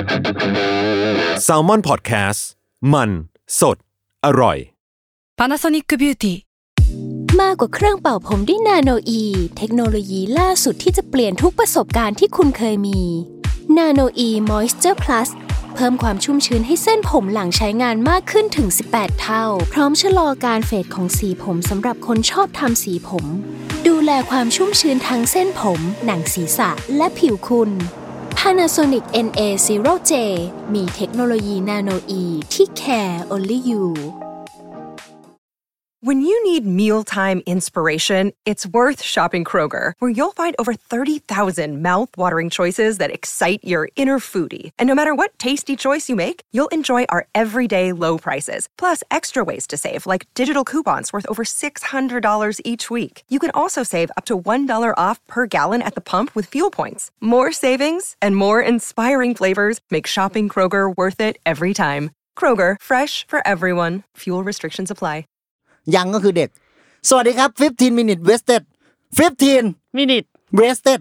Salmon Podcast มันสดอร่อย Panasonic Beauty มากกว่าเครื่องเป่าผมด้วยนาโนอีเทคโนโลยีล่าสุดที่จะเปลี่ยนทุกประสบการณ์ที่คุณเคยมีนาโนอีมอยส์เจอร์พลัสเพิ่มความชุ่มชื้นให้เส้นผมหลังใช้งานมากขึ้นถึง18เท่าพร้อมชะลอการเฟดของสีผมสำหรับคนชอบทำสีผมดูแลความชุ่มชื้นทั้งเส้นผมหนังศีรษะและผิวคุณ Panasonic NA0J มีเทคโนโลยีนาโนอีที่ care only you When you need mealtime inspiration, it's worth shopping Kroger, where you'll find over 30,000 mouth-watering choices that excite your inner foodie. And no matter what tasty choice you make, you'll enjoy our everyday low prices, plus extra ways to save, like digital coupons worth over $600 each week. You can also save up to $1 off per gallon at the pump with fuel points. More savings and more inspiring flavors make shopping Kroger worth it every time. Kroger, fresh for everyone. Fuel restrictions apply. ยังก็คือเด็กสวัสดีครับ15 minute wasted 15 minute wasted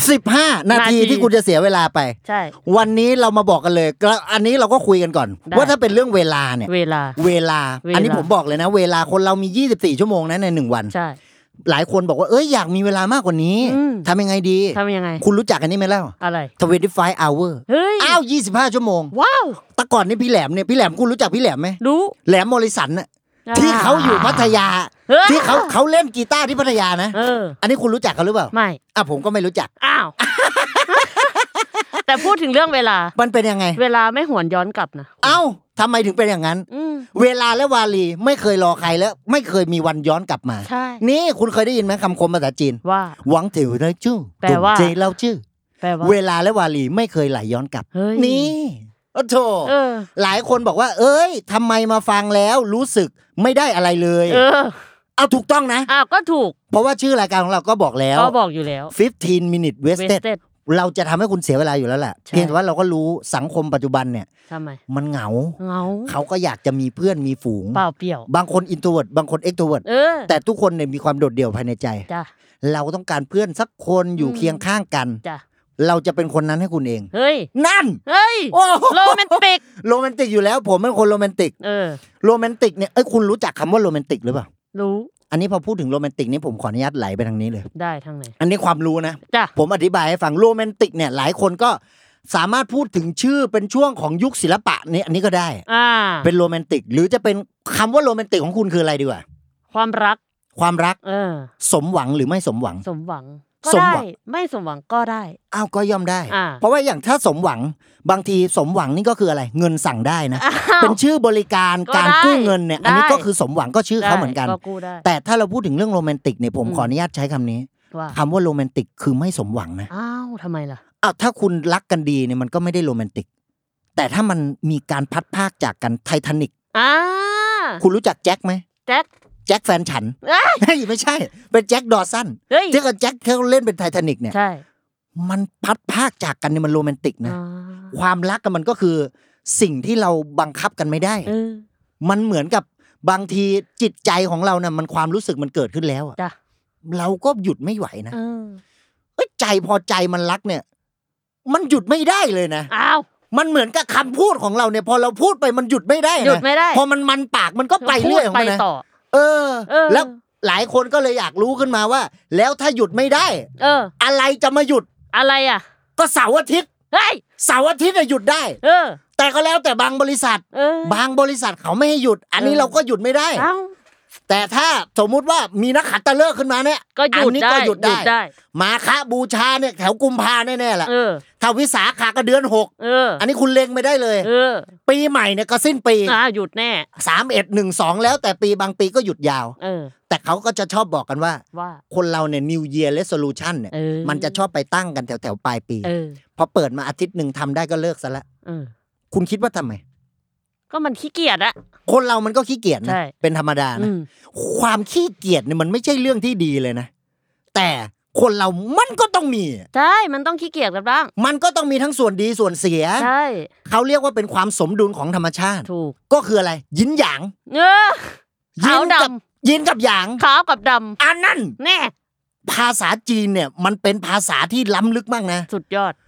15 นาทีที่คุณจะเสียเวลาไปใช่วันนี้เรามาบอกกันเลยอันนี้เราก็คุยกันก่อนว่าถ้าเป็นเรื่องเวลาเนี่ยเวลาอันนี้ผมบอกเลยนะเวลาคนเรามี24ชั่วโมงนะใน1วันใช่หลายคนบอกว่าอยากมีเวลามากกว่านี้ทำยังไงดีคุณรู้จักอันนี้ไหมแล้วอะไร 25 hour อ้าว25ชั่วโมงว้าวแต่ก่อนนี่พี่แหลมคุณรู้จักพี่แหลมไหมรู้แหลมมอริสันน่ะที่เขาอยู่พัทยาที่เขาเล่นกีตาร์ที่พัทยานะอันนี้คุณรู้จักเขาหรือเปล่าไม่ผมก็ไม่รู้จักอ้าวแต่พูดถึงเรื่องเวลามันเป็นยังไงเวลาไม่หวนย้อนกลับนะทำไมถึงเป็นอย่างนั้นเวลาและวาลีไม่เคยรอใครแล้วไม่เคยมีวันย้อนกลับมานี่คุณเคยได้ยินไหมคำคมภาษาจีนว่าหวังถือได้จู้แปลว่าเจเราชื่อเวลาและวาลีไม่เคยไหลย้อนกลับนี่โอ้โธ่หลายคนบอกว่าทำไมมาฟังแล้วรู้สึกไม่ได้อะไรเลยเอาถูกต้องนะก็ถูกเพราะว่าชื่อรายการของเราก็บอกแล้วก็บอกอยู่แล้ว 15 minute wasted เราจะทำให้คุณเสียเวลาอยู่แล้วแหละเพียงแต่ว่าเราก็รู้สังคมปัจจุบันเนี่ยมันเหงาเขาก็อยากจะมีเพื่อนมีฝูงเปล่าเปลี่ยวบางคน introvert บางคน extrovert แต่ทุกคนเนี่ยมีความโดดเดี่ยวภายในใจเราต้องการเพื่อนสักคนอยู่เคียงข้างกันเราจะเป็นคนนั้นให้คุณเองเฮ้ยนั่นเฮ้ยโรแมนติกอยู่แล้วผมเป็นคนโรแมนติกโรแมนติกเนี่ยคุณรู้จักคำว่าโรแมนติกหรือเปล่ารู้อันนี้พอพูดถึงโรแมนติกนี่ผมขออนุญาตไหลไปทางนี้เลยได้ทางไหนอันนี้ความรู้นะผมอธิบายให้ฟังโรแมนติกเนี่ยหลายคนก็สามารถพูดถึงชื่อเป็นช่วงของยุคศิลปะนี่อันนี้ก็ได้เป็นโรแมนติกหรือจะเป็นคำว่าโรแมนติกของคุณคืออะไรดีกว่าความรักสมหวังหรือไม่สมหวังสมหวังก็ได้ไม่สมหวังก็ได้ก็ย่อมได้เพราะว่าอย่างถ้าสมหวังบางทีสมหวังนี่ก็คืออะไรเงินสั่งได้นะเป็นชื่อบริการการกู้เงินเนี่ยอันนี้ก็คือสมหวังก็ชื่อเขาเหมือนกันแต่ถ้าเราพูดถึงเรื่องโรแมนติกเนี่ยผมขออนุญาตใช้คำนี้คำว่าโรแมนติกคือไม่สมหวังนะทำไมล่ะถ้าคุณรักกันดีเนี่ยมันก็ไม่ได้โรแมนติกแต่ถ้ามันมีการพัดพากจากกันไททานิคคุณรู้จักแจ็คไหมแจ็คแฟนฉันไม่ใช่เป็นแจ็คดอสันที่กับแจ็คเขาเล่นเป็นไททานิคเนี่ยมันพัดพากจากกันเนี่ยมันโรแมนติกนะความรักกันมันก็คือสิ่งที่เราบังคับกันไม่ได้มันเหมือนกับบางทีจิตใจของเราเนี่ยมันความรู้สึกมันเกิดขึ้นแล้วเราก็หยุดไม่ไหวนะใจพอใจมันรักเนี่ยมันหยุดไม่ได้เลยนะมันเหมือนกับคำพูดของเราเนี่ยพอเราพูดไปมันหยุดไม่ได้นะพอมันปากมันก็ไปเรื่อยของมันนะแล้วหลายคนก็เลยอยากรู้ขึ้นมาว่าแล้วถ้าหยุดไม่ได้อะไรจะมาหยุดอะไรก็เสาร์อาทิตย์เสาร์อาทิตย์หยุดได้แต่ก็แล้วแต่บางบริษัทเขาไม่ให้หยุดอันนี้เราก็หยุดไม่ได้แต่ถ้าสมมุติว่ามีนักขัตฤกษ์ขึ้นมาเนี่ยอันนี้ก็หยุดได้มาฆบูชาเนี่ยแถวกุมภาแน่ๆแหละถ้าวิสาขะก็เดือน6อันนี้คุณเล็งไม่ได้เลยปีใหม่เนี่ยก็สิ้นปีหยุดแน่ 31 1 2แล้วแต่ปีบางปีก็หยุดยาวแต่เขาก็จะชอบบอกกันว่าคนเราเนี่ย New Year Resolution เนี่ยมันจะชอบไปตั้งกันแถวๆปลายปีพอเปิดมาอาทิตย์นึงทำได้ก็เลิกซะละคุณคิดว่าทำไมก็มันขี้เกียจอะคนเรามันก็ขี้เกียจนะเป็นธรรมดานะความขี้เกียจเนี่ยมันไม่ใช่เรื่องที่ดีเลยนะแต่คนเรามันก็ต้องมีใช่มันต้องขี้เกียจกันบ้างมันก็ต้องมีทั้งส่วนดีส่วนเสียใช่เขาเรียกว่าเป็นความสมดุลของธรรมชาติถูกก็คืออะไรยินหยางขาวดำยินกับหยางขาวกับดำอันนั้นแน่ภาษาจีนเนี่ยมันเป็นภาษาที่ล้ำลึกมากนะสุดยอด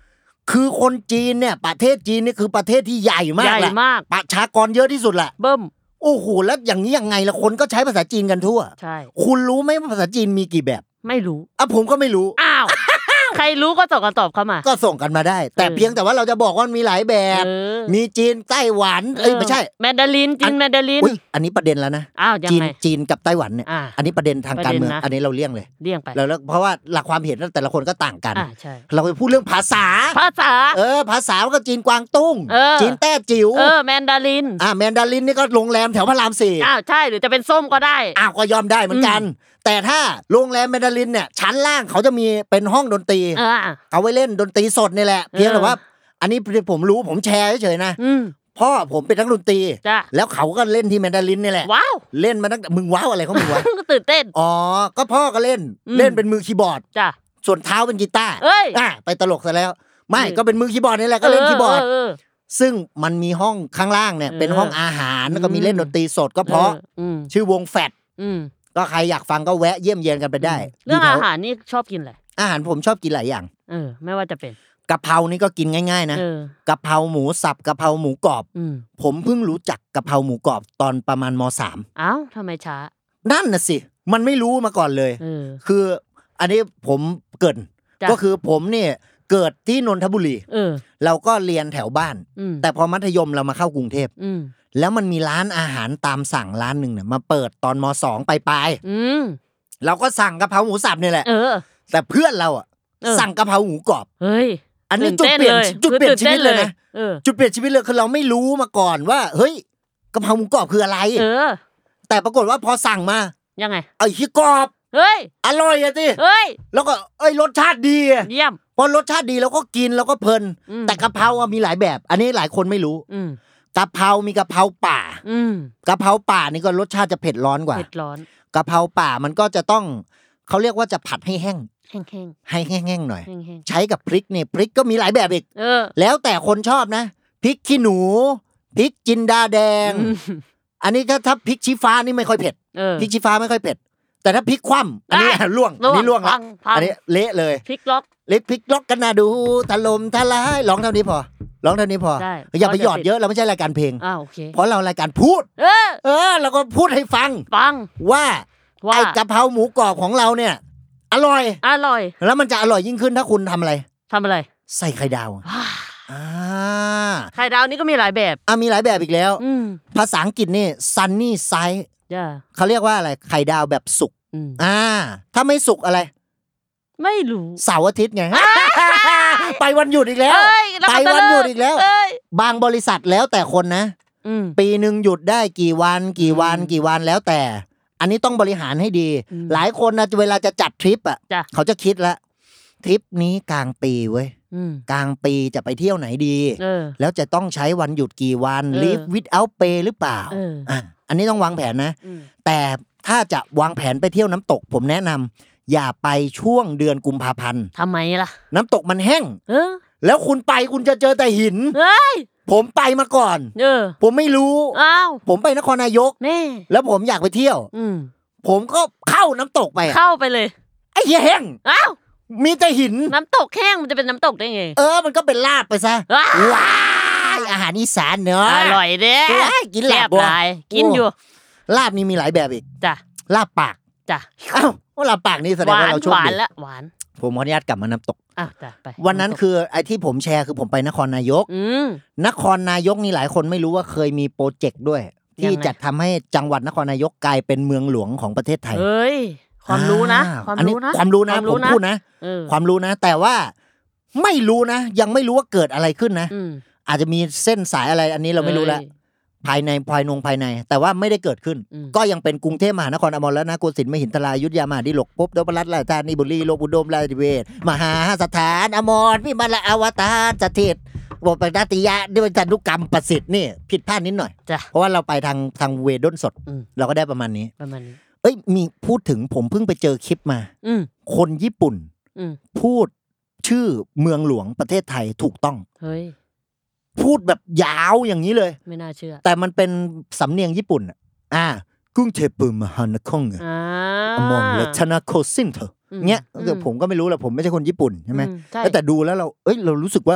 คือคนจีนเนี่ยประเทศจีนนี่คือประเทศที่ใหญ่มากแหละประชากรเยอะที่สุดแหละเบิ่มโอ้โหแล้วอย่างนี้ยังไงล่ะคนก็ใช้ภาษาจีนกันทั่วใช่คุณรู้ไหมว่าภาษาจีนมีกี่แบบไม่รู้ผมก็ไม่รู้อ้าวใครรู้ก็ส่งกันตอบเข้ามาก็ส่งกันมาได้แต่เพียงแต่ว่าเราจะบอกว่ามีหลายแบบมีจีนไต้หวันไม่ใช่แมนดารินจีนแมนดารินอันนี้ประเด็นแล้วนะจีนกับไต้หวันเนี่ยอันนี้ประเด็นทางการเมืองอันนี้เราเลี่ยงไปแล้วเพราะว่าหลักความเห็นแต่ละคนก็ต่างกันเราจะพูดเรื่องภาษาภาษาก็จีนกวางตุ้งจีนแต้จิ๋วแมนดารินแมนดารินนี่ก็โรงแรมแถวพระราม4 ใช่หรือจะเป็นส้มก็ได้ก็ยอมได้เหมือนกันแต่ถ้าโรงแรมแมนดารินเนี่ยชั้นล่างเขาจะมีเป็นห้องดนตรีเอาไว้เล่นดนตรีสดนี่แหละเพียงแต่ว่าอันนี้ผมรู้ผมแชร์เฉยๆนะพ่อผมเป็นนักดนตรีแล้วเขาก็เล่นที่แมนดารินนี่แหละว้าวเล่นมาตั้งแต่มึงว้าวอะไรเขามึงวะตื่นเต้นก็พ่อก็เล่นเป็นมือคีย์บอร์ดส่วนเท้าเป็นกีตาร์ไปตลกซะแล้วไม่ก็เป็นมือคีย์บอร์ดนี่แหละก็เล่นคีย์บอร์ดซึ่งมันมีห้องข้างล่างเนี่ยเป็นห้องอาหารแล้วก็มีเล่นดนตรีสดก็เพราะชื่อวงแฟดก็ใครอยากฟังก็แวะเยี่ยมเยียนกันไปได้เรื่องอาหารนี่ชอบกินอะไรอาหารผมชอบกินหลายอย่างไม่ว่าจะเป็นกะเพรานี่ก็กินง่ายๆนะกะเพราหมูสับกะเพราหมูกรอบผมเพิ่งรู้จักกะเพราหมูกรอบตอนประมาณม.3 อ้าวทำไมช้านั่นน่ะสิมันไม่รู้มาก่อนเลยคืออันนี้ผมเกิดก็คือผมเนี่ยเกิดที่นนทบุรีเราก็เรียนแถวบ้านแต่พอมัธยมเรามาเข้ากรุงเทพแล้วมันมีร้านอาหารตามสั่งร้านนึงเนี่ยมาเปิดตอนม.2 ปลายๆเราก็สั่งกะเพราหมูสับนี่แหละแต่เพื่อนเราสั่งกะเพราหมูกรอบเฮ้ยอันนี้จุดเปลี่ยนชีวิตเลยนะจุดเปลี่ยนชีวิตเลยคือเราไม่รู้มาก่อนว่าเฮ้ยกะเพราหมูกรอบคืออะไรแต่ปรากฏว่าพอสั่งมายังไงขี้กรอบเฮ้ยอร่อยสิเฮ้ยแล้วก็รสชาติดีเยี่ยมพอรสชาติดีเราก็กินเราก็เพลินแต่กะเพรามีหลายแบบอันนี้หลายคนไม่รู้กะเพรามีกะเพราป่ากะเพราป่านี่ก็รสชาติจะเผ็ดร้อนกว่าเผ็ดร้อนกะเพราป่ามันก็จะต้องเขาเรียกว่าจะผัดให้แห้งให้แห้งๆหน่อยใช้กับพริกเนี่ยพริกก็มีหลายแบบอีกแล้วแต่คนชอบนะพริกขี้หนูพริกจินดาแดงอันนี้ถ้าพริกชี้ฟ้านี่ไม่ค่อยเผ็ดพริกชี้ฟ้าไม่ค่อยเผ็ดแต่ถ้าพริกคว่ำอันนี้ล่วงอันนี้ล่วงละอันนี้เละเลยพริกล็อกพริกล็อกกันนะดูถล่มทลายร้องเท่านี้พออย่าไปหยอดเยอะเราไม่ใช่รายการเพลงเพราะเรารายการพูดเราก็พูดให้ฟังว่าไอ้กะเพราหมูกรอบของเราเนี่ยอร่อยแล้วมันจะอร่อยยิ่งขึ้นถ้าคุณทำอะไรใส่ไข่ดาวไข่ดาวนี่ก็มีหลายแบบมีหลายแบบอีกแล้วภาษาอังกฤษนี่ sunny side เขาเรียกว่าอะไรไข่ดาวแบบสุกถ้าไม่สุกอะไรไม่รู้เสาร์อาทิตย์ไงไปวันหยุดอีกแล้วไปวันหยุดอีกแล้วบางบริษัทแล้วแต่คนนะปีนึงหยุดได้กี่วันแล้วแต่อันนี้ต้องบริหารให้ดีหลายคนนะเวลาจะจัดทริปเขาจะคิดแล้วทริปนี้กลางปีเว้ยกลางปีจะไปเที่ยวไหนดีแล้วจะต้องใช้วันหยุดกี่วัน Leave without pay หรือเปล่าอันนี้ต้องวางแผนนะแต่ถ้าจะวางแผนไปเที่ยวน้ำตกผมแนะนำอย่าไปช่วงเดือนกุมภาพันธ์ทำไมล่ะน้ำตกมันแห้งแล้วคุณไปคุณจะเจอแต่หินผมไปมาก่อนผมไม่รู้ผมไปนครนายกแล้วผมอยากไปเที่ยวผมก็เข้าน้ำตกไปเลยไอ้เหี้ยแห้งมีแต่หินน้ำตกแห้งมันจะเป็นน้ำตกได้ไงมันก็เป็นลาบไปซะว้ายอาหารอีสานเนอะอร่อยเด้กินลาบบ่กินอยู่ลาบนี่มีหลายแบบอีกจ้ะลาบปากจ้ะลาบปากนี่แสดงว่าเราโชคดีหวานผมขออนุญาตกลับมาน้ำตกจ้ะไปวันนั้นคือไอ้ที่ผมแชร์คือผมไปนครนายกนครนายกนี่หลายคนไม่รู้ว่าเคยมีโปรเจกต์ด้วยที่จะทำให้จังหวัดนครนายกกลายเป็นเมืองหลวงของประเทศไทยเฮ้ยความรู้นะความรู้นะผมพูดนะความรู้นะแต่ว่าไม่รู้นะยังไม่รู้ว่าเกิดอะไรขึ้นนะอาจจะมีเส้นสายอะไรอันนี้เราไม่รู้แล้วภายในแต่ว่าไม่ได้เกิดขึ้นก็ยังเป็นกรุงเทพมหานครอมรรัตนโกสินทร์มหินทรายุทธยามหาดิลกภพดลรัตน์ราชธานีบุรีโลกอุดมราชเวศมหาสถานอมรพิมานอวตารสถิตบทนาติยะด้วยจันทุกรรมประสิทธิ์นี่ผิดพลาดนิดหน่อยเพราะว่าเราไปทางเวด้นสดเราก็ได้ประมาณนี้มีพูดถึงผมเพิ่งไปเจอคลิปมาคนญี่ปุ่นพูดชื่อเมืองหลวงประเทศไทยถูกต้องเฮ้ยพูดแบบยาวอย่างนี้เลยไม่น่าเชื่อแต่มันเป็นสำเนียงญี่ปุ่นกรุงเทพมหานครอมรรัตนโกสินทร์เงี้ยผมก็ไม่รู้แหละผมไม่ใช่คนญี่ปุ่นใช่ไหมแต่ดูแล้วเรารู้สึกว่า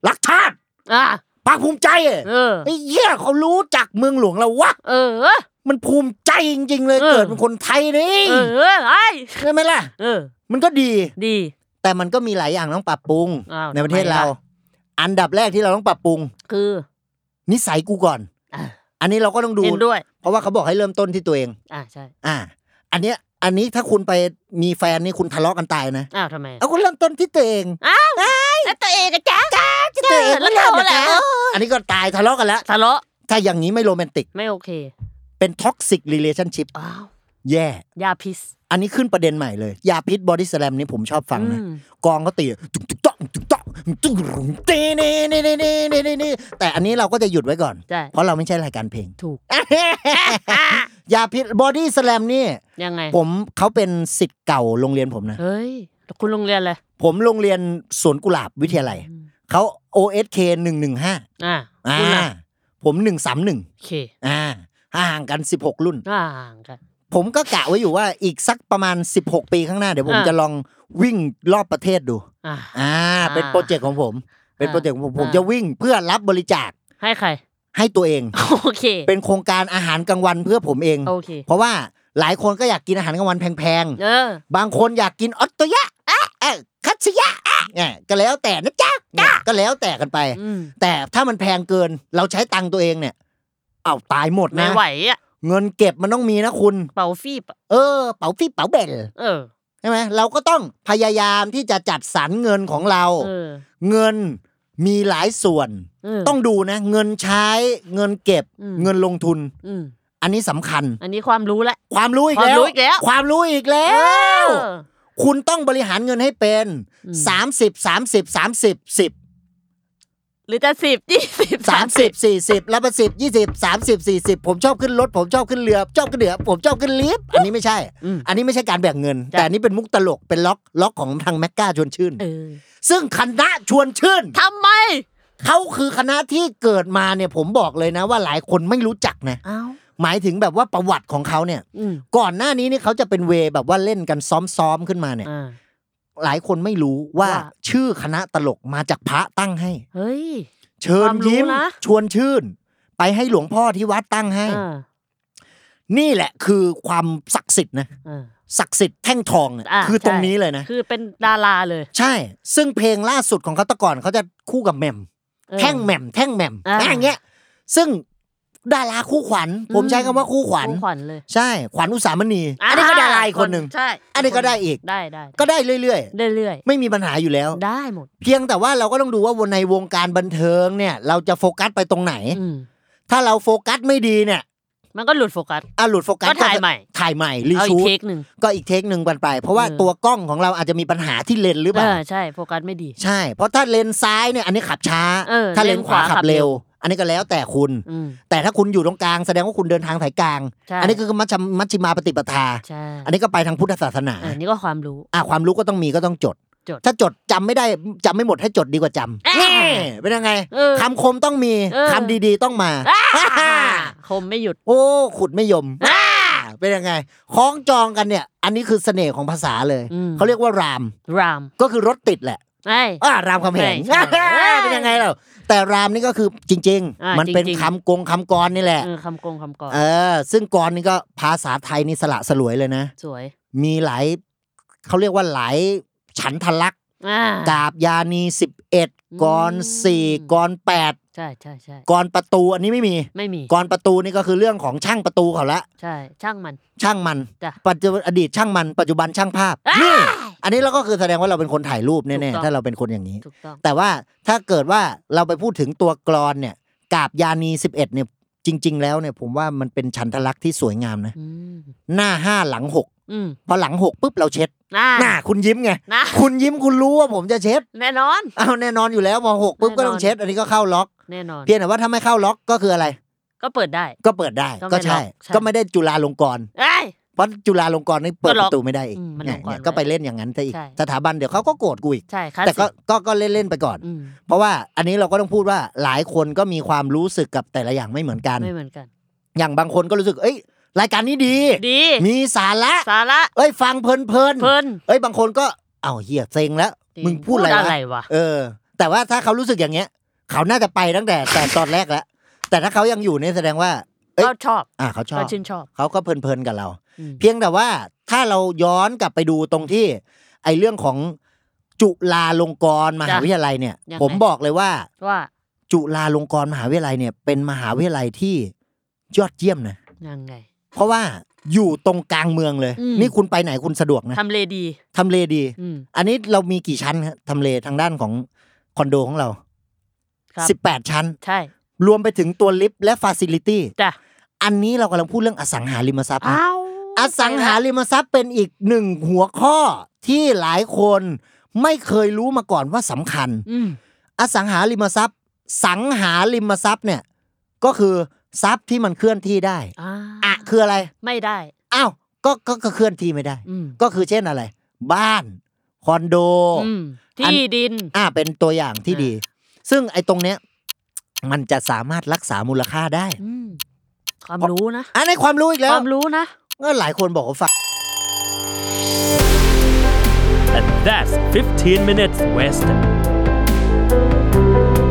รักชาติภาคภูมิใจไอ้เหี้ยเขารู้จักเมืองหลวงเราวะมันภูมิใจจริงๆเลยเกิดเป็นคนไทยนี่ใช่ไหมล่ะมันก็ดีแต่มันก็มีหลายอย่างต้องปรับปรุงในประเทศเราอันดับแรกที่เราต้องปรับปรุงคือนิสัยกูก่อนอันนี้เราก็ต้องดูด้วยเพราะว่าเขาบอกให้เริ่มต้นที่ตัวเองใช่อันนี้ถ้าคุณไปมีแฟนนี่คุณทะเลาะกันตายนะทำไมคุณเริ่มต้นที่ตัวเองแล้วตัวเองจ้าตัวเองแล้วอันนี้ก็ตายทะเลาะกันแล้วถ้าอย่างนี้ไม่โรแมนติกไม่โอเคเป็นท็อกซิกรีเลชั่นชิพแย่ยาพิษอันนี้ขึ้นประเด็นใหม่เลยยาพิษบอดี้สแลมนี่ผมชอบฟังนะกองเขาตีตุ๊กต๊อกแต่อันนี้เราก็จะหยุดไว้ก่อนเพราะเราไม่ใช่รายการเพลงถูกยาพิษบอดี้สแลมนี่ยังไงเขาเป็นศิษย์เก่าโรงเรียนผมนะเฮ้ยคุณโรงเรียนอะไรผมโรงเรียนสวนกุหลาบวิทยาลัยเขา OSK 115ผม131 โอเคห่างกัน16รุ่นห่างกันผมก็กะไว้อยู่ว่าอีกสักประมาณ16ปีข้างหน้าเดี๋ยวผมจะลองวิ่งรอบประเทศดูเป็นโปรเจกต์ของผมเป็นโปรเจกต์ของผมจะวิ่งเพื่อรับบริจาคให้ใครให้ตัวเองโอเคเป็นโครงการอาหารกลางวันเพื่อผมเองเพราะว่าหลายคนก็อยากกินอาหารกลางวันแพงๆบางคนอยากกินออตโตยะคัตสึยะก็แล้วแต่นะจ๊ะก็แล้วแต่กันไปแต่ถ้ามันแพงเกินเราใช้ตังค์ตัวเองเนี่ยตายหมดนะไม่ไหวเงินเก็บมันต้องมีนะคุณเป๋าฟีบเป๋าฟีบเป๋าเบลใช่ไหมเราก็ต้องพยายามที่จะจัดสรรเงินของเราเงินมีหลายส่วนต้องดูนะเงินใช้เงินเก็บเงินลงทุนอันนี้สำคัญอันนี้ความรู้ละความรู้อีกแล้วความรู้อีกแล้วคุณต้องบริหารเงินให้เป็น30 หรือจะ10 20 30 40แล้วมา10 20 30 40ผมชอบขึ้นรถผมชอบขึ้นเรือชอบขึ้นเหนือผมชอบขึ้นลิฟต์อันนี้ไม่ใช่อันนี้ไม่ใช่การแบ่งเงินแต่อันนี้เป็นมุกตลกเป็นล็อกของทางแมกกาชวนชื่นซึ่งคณะชวนชื่นทำไมเขาคือคณะที่เกิดมาเนี่ยผมบอกเลยนะว่าหลายคนไม่รู้จักนะหมายถึงแบบว่าประวัติของเขาเนี่ยก่อนหน้านี้นี่เขาจะเป็นเวแบบว่าเล่นกันซ้อมขึ้นมาเนี่ยหลายคนไม่รู้ว่าชื่อคณะตลกมาจากพระตั้งให้เฮ้ยเชิญยิ้มชวนชื่นไปให้หลวงพ่อที่วัดตั้งให้นี่แหละคือความศักดิ์สิทธิ์นะศักดิ์สิทธิ์แท่งทองคือตรงนี้เลยนะคือเป็นดาราเลยใช่ซึ่งเพลงล่าสุดของเขาแต่ก่อนเขาจะคู่กับแหม่มแท่งแหม่มอย่างเงี้ยซึ่งดาราคู่ขวัญผมใช้คำว่าคู่ขวัญเลยใช่ขวัญอุสามณีอันนี้ก็ดาราอีกคนนึงอันนี้ก็ได้อีกได้ก็ได้เรื่อยๆไม่มีปัญหาอยู่แล้วได้หมดเพียงแต่ว่าเราก็ต้องดูว่าในวงการบันเทิงเนี่ยเราจะโฟกัสไปตรงไหนถ้าเราโฟกัสไม่ดีเนี่ยมันก็หลุดโฟกัสหลุดโฟกัสก็ถ่ายใหม่รีชูตก็อีกเทคนึงไปเพราะว่าตัวกล้องของเราอาจจะมีปัญหาที่เลนหรือเปล่าใช่โฟกัสไม่ดีใช่เพราะถ้าเลนซ้ายเนี่ยอันนี้ขับช้าถ้าเลนขวาขับเร็วอันนี้ก็แล้วแต่คุณแต่ถ้าคุณอยู่ตรงกลางแสดงว่าคุณเดินทางสายกลางอันนี้คือมัชฌิมาปฏิปทาอันนี้ก็ไปทางพุทธศาสนาอันนี้ก็ความรู้ความรู้ก็ต้องมีก็ต้องจดถ้าจดจำไม่ได้จำไม่หมดให้จดดีกว่าจำนี่เป็นยังไงคำคมต้องมีคำดีๆต้องมาคมไม่หยุดโอ้ขุดไม่ยมเป็นยังไงคล้องจองกันเนี่ยอันนี้คือเสน่ห์ของภาษาเลยเขาเรียกว่ารามก็คือรถติดแหละรามคำแหงเป็นยังไงเราแต่รามนี่ก็คือจริงๆมันเป็นคำกรนี่แหละคำกรซึ่งกรนี่ก็ภาษาไทยนี่สละสลวยเลยนะสวยมีหลายเขาเรียกว่าหลายฉันทลักษณ์กาบยานี11กร4กร8 ใช่กรประตูอันนี้ไม่มีกรประตูนี่ก็คือเรื่องของช่างประตูเขาละใช่ช่างมันปัจจุบันอดีตช่างมันปัจจุบันช่างภาพนี่อันนี้เราก็คือแสดงว่าเราเป็นคนถ่ายรูปแน่ๆถ้าเราเป็นคนอย่างนี้แต่ว่าถ้าเกิดว่าเราไปพูดถึงตัวกลอนเนี่ยกาบยานี11เนี่ยจริงๆแล้วเนี่ยผมว่ามันเป็นฉันทลักษณ์ที่สวยงามนะหน้า5หลัง6พอหลัง6ปุ๊บเราเช็ดหน้าคุณยิ้มไงคุณยิ้มคุณรู้ว่าผมจะเช็ดแน่นอนแน่นอนอยู่แล้วพอ6ปุ๊บก็ต้องเช็ดอันนี้ก็เข้าล็อกแน่นอนเพียงแต่ว่าถ้าไม่เข้าล็อกก็คืออะไรก็เปิดได้ก็ใช่ก็ไม่ได้จุฬาลงกรณ์เพราะจุฬาลงกรณ์นี่เปิดประตูไม่ได้อีกก็ไปเล่นอย่างนั้นซะอีกสถาบันเดี๋ยวเขาก็โกรธกูอีกแต่ก็เล่นไปก่อนเพราะว่าอันนี้เราก็ต้องพูดว่าหลายคนก็มีความรู้สึกกับแต่ละอย่างไม่เหมือนกันอย่างบางคนก็รู้สึกรายการนี้ดีมีสาระฟังเพลินบางคนก็เหี้ยเซ็งแล้วมึงพูดอะไรวะแต่ว่าถ้าเขารู้สึกอย่างเงี้ยเขาน่าจะไปตั้งแต่ตอนแรกแล้วแต่ถ้าเขายังอยู่เนี่ยแสดงว่าเขาชอบเขาชอบเขาชื่นชอบเขาก็เพลินๆกับเราเพียงแต่ว่าถ้าเราย้อนกลับไปดูตรงที่ไอ้เรื่องของจุฬาลงกรณ์มหาวิทยาลัยเนี่ยผมบอกเลยว่าจุฬาลงกรณ์มหาวิทยาลัยเนี่ยเป็นมหาวิทยาลัยที่ยอดเยี่ยมนะยังไงเพราะว่าอยู่ตรงกลางเมืองเลยนี่คุณไปไหนคุณสะดวกนะทำเลดีอันนี้เรามีกี่ชั้นครับทำเลทางด้านของคอนโดของเรา18ชั้นใช่รวมไปถึงตัวลิฟต์และฟาซิลิตี้จ้ะอันนี้เรากำลังพูดเรื่องอสังหาริมทรัพย์อสังหาริมทรัพย์เป็นอีกหนึ่งหัวข้อที่หลายคนไม่เคยรู้มาก่อนว่าสำคัญอสังหาริมทรัพย์สังหาริมทรัพย์เนี่ยก็คือทรัพย์ที่มันเคลื่อนที่ได้คืออะไรไม่ได้อ้าวก็เคลื่อนที่ไม่ได้ก็คือเช่นอะไรบ้านคอนโดที่ดินเป็นตัวอย่างที่ดีซึ่งไอ้ตรงเนี้ยมันจะสามารถรักษามูลค่าได้ความรู้นะในความรู้อีกแล้วความรู้นะก็หลายคนบอกว่าฟัง And that's 15 minutes West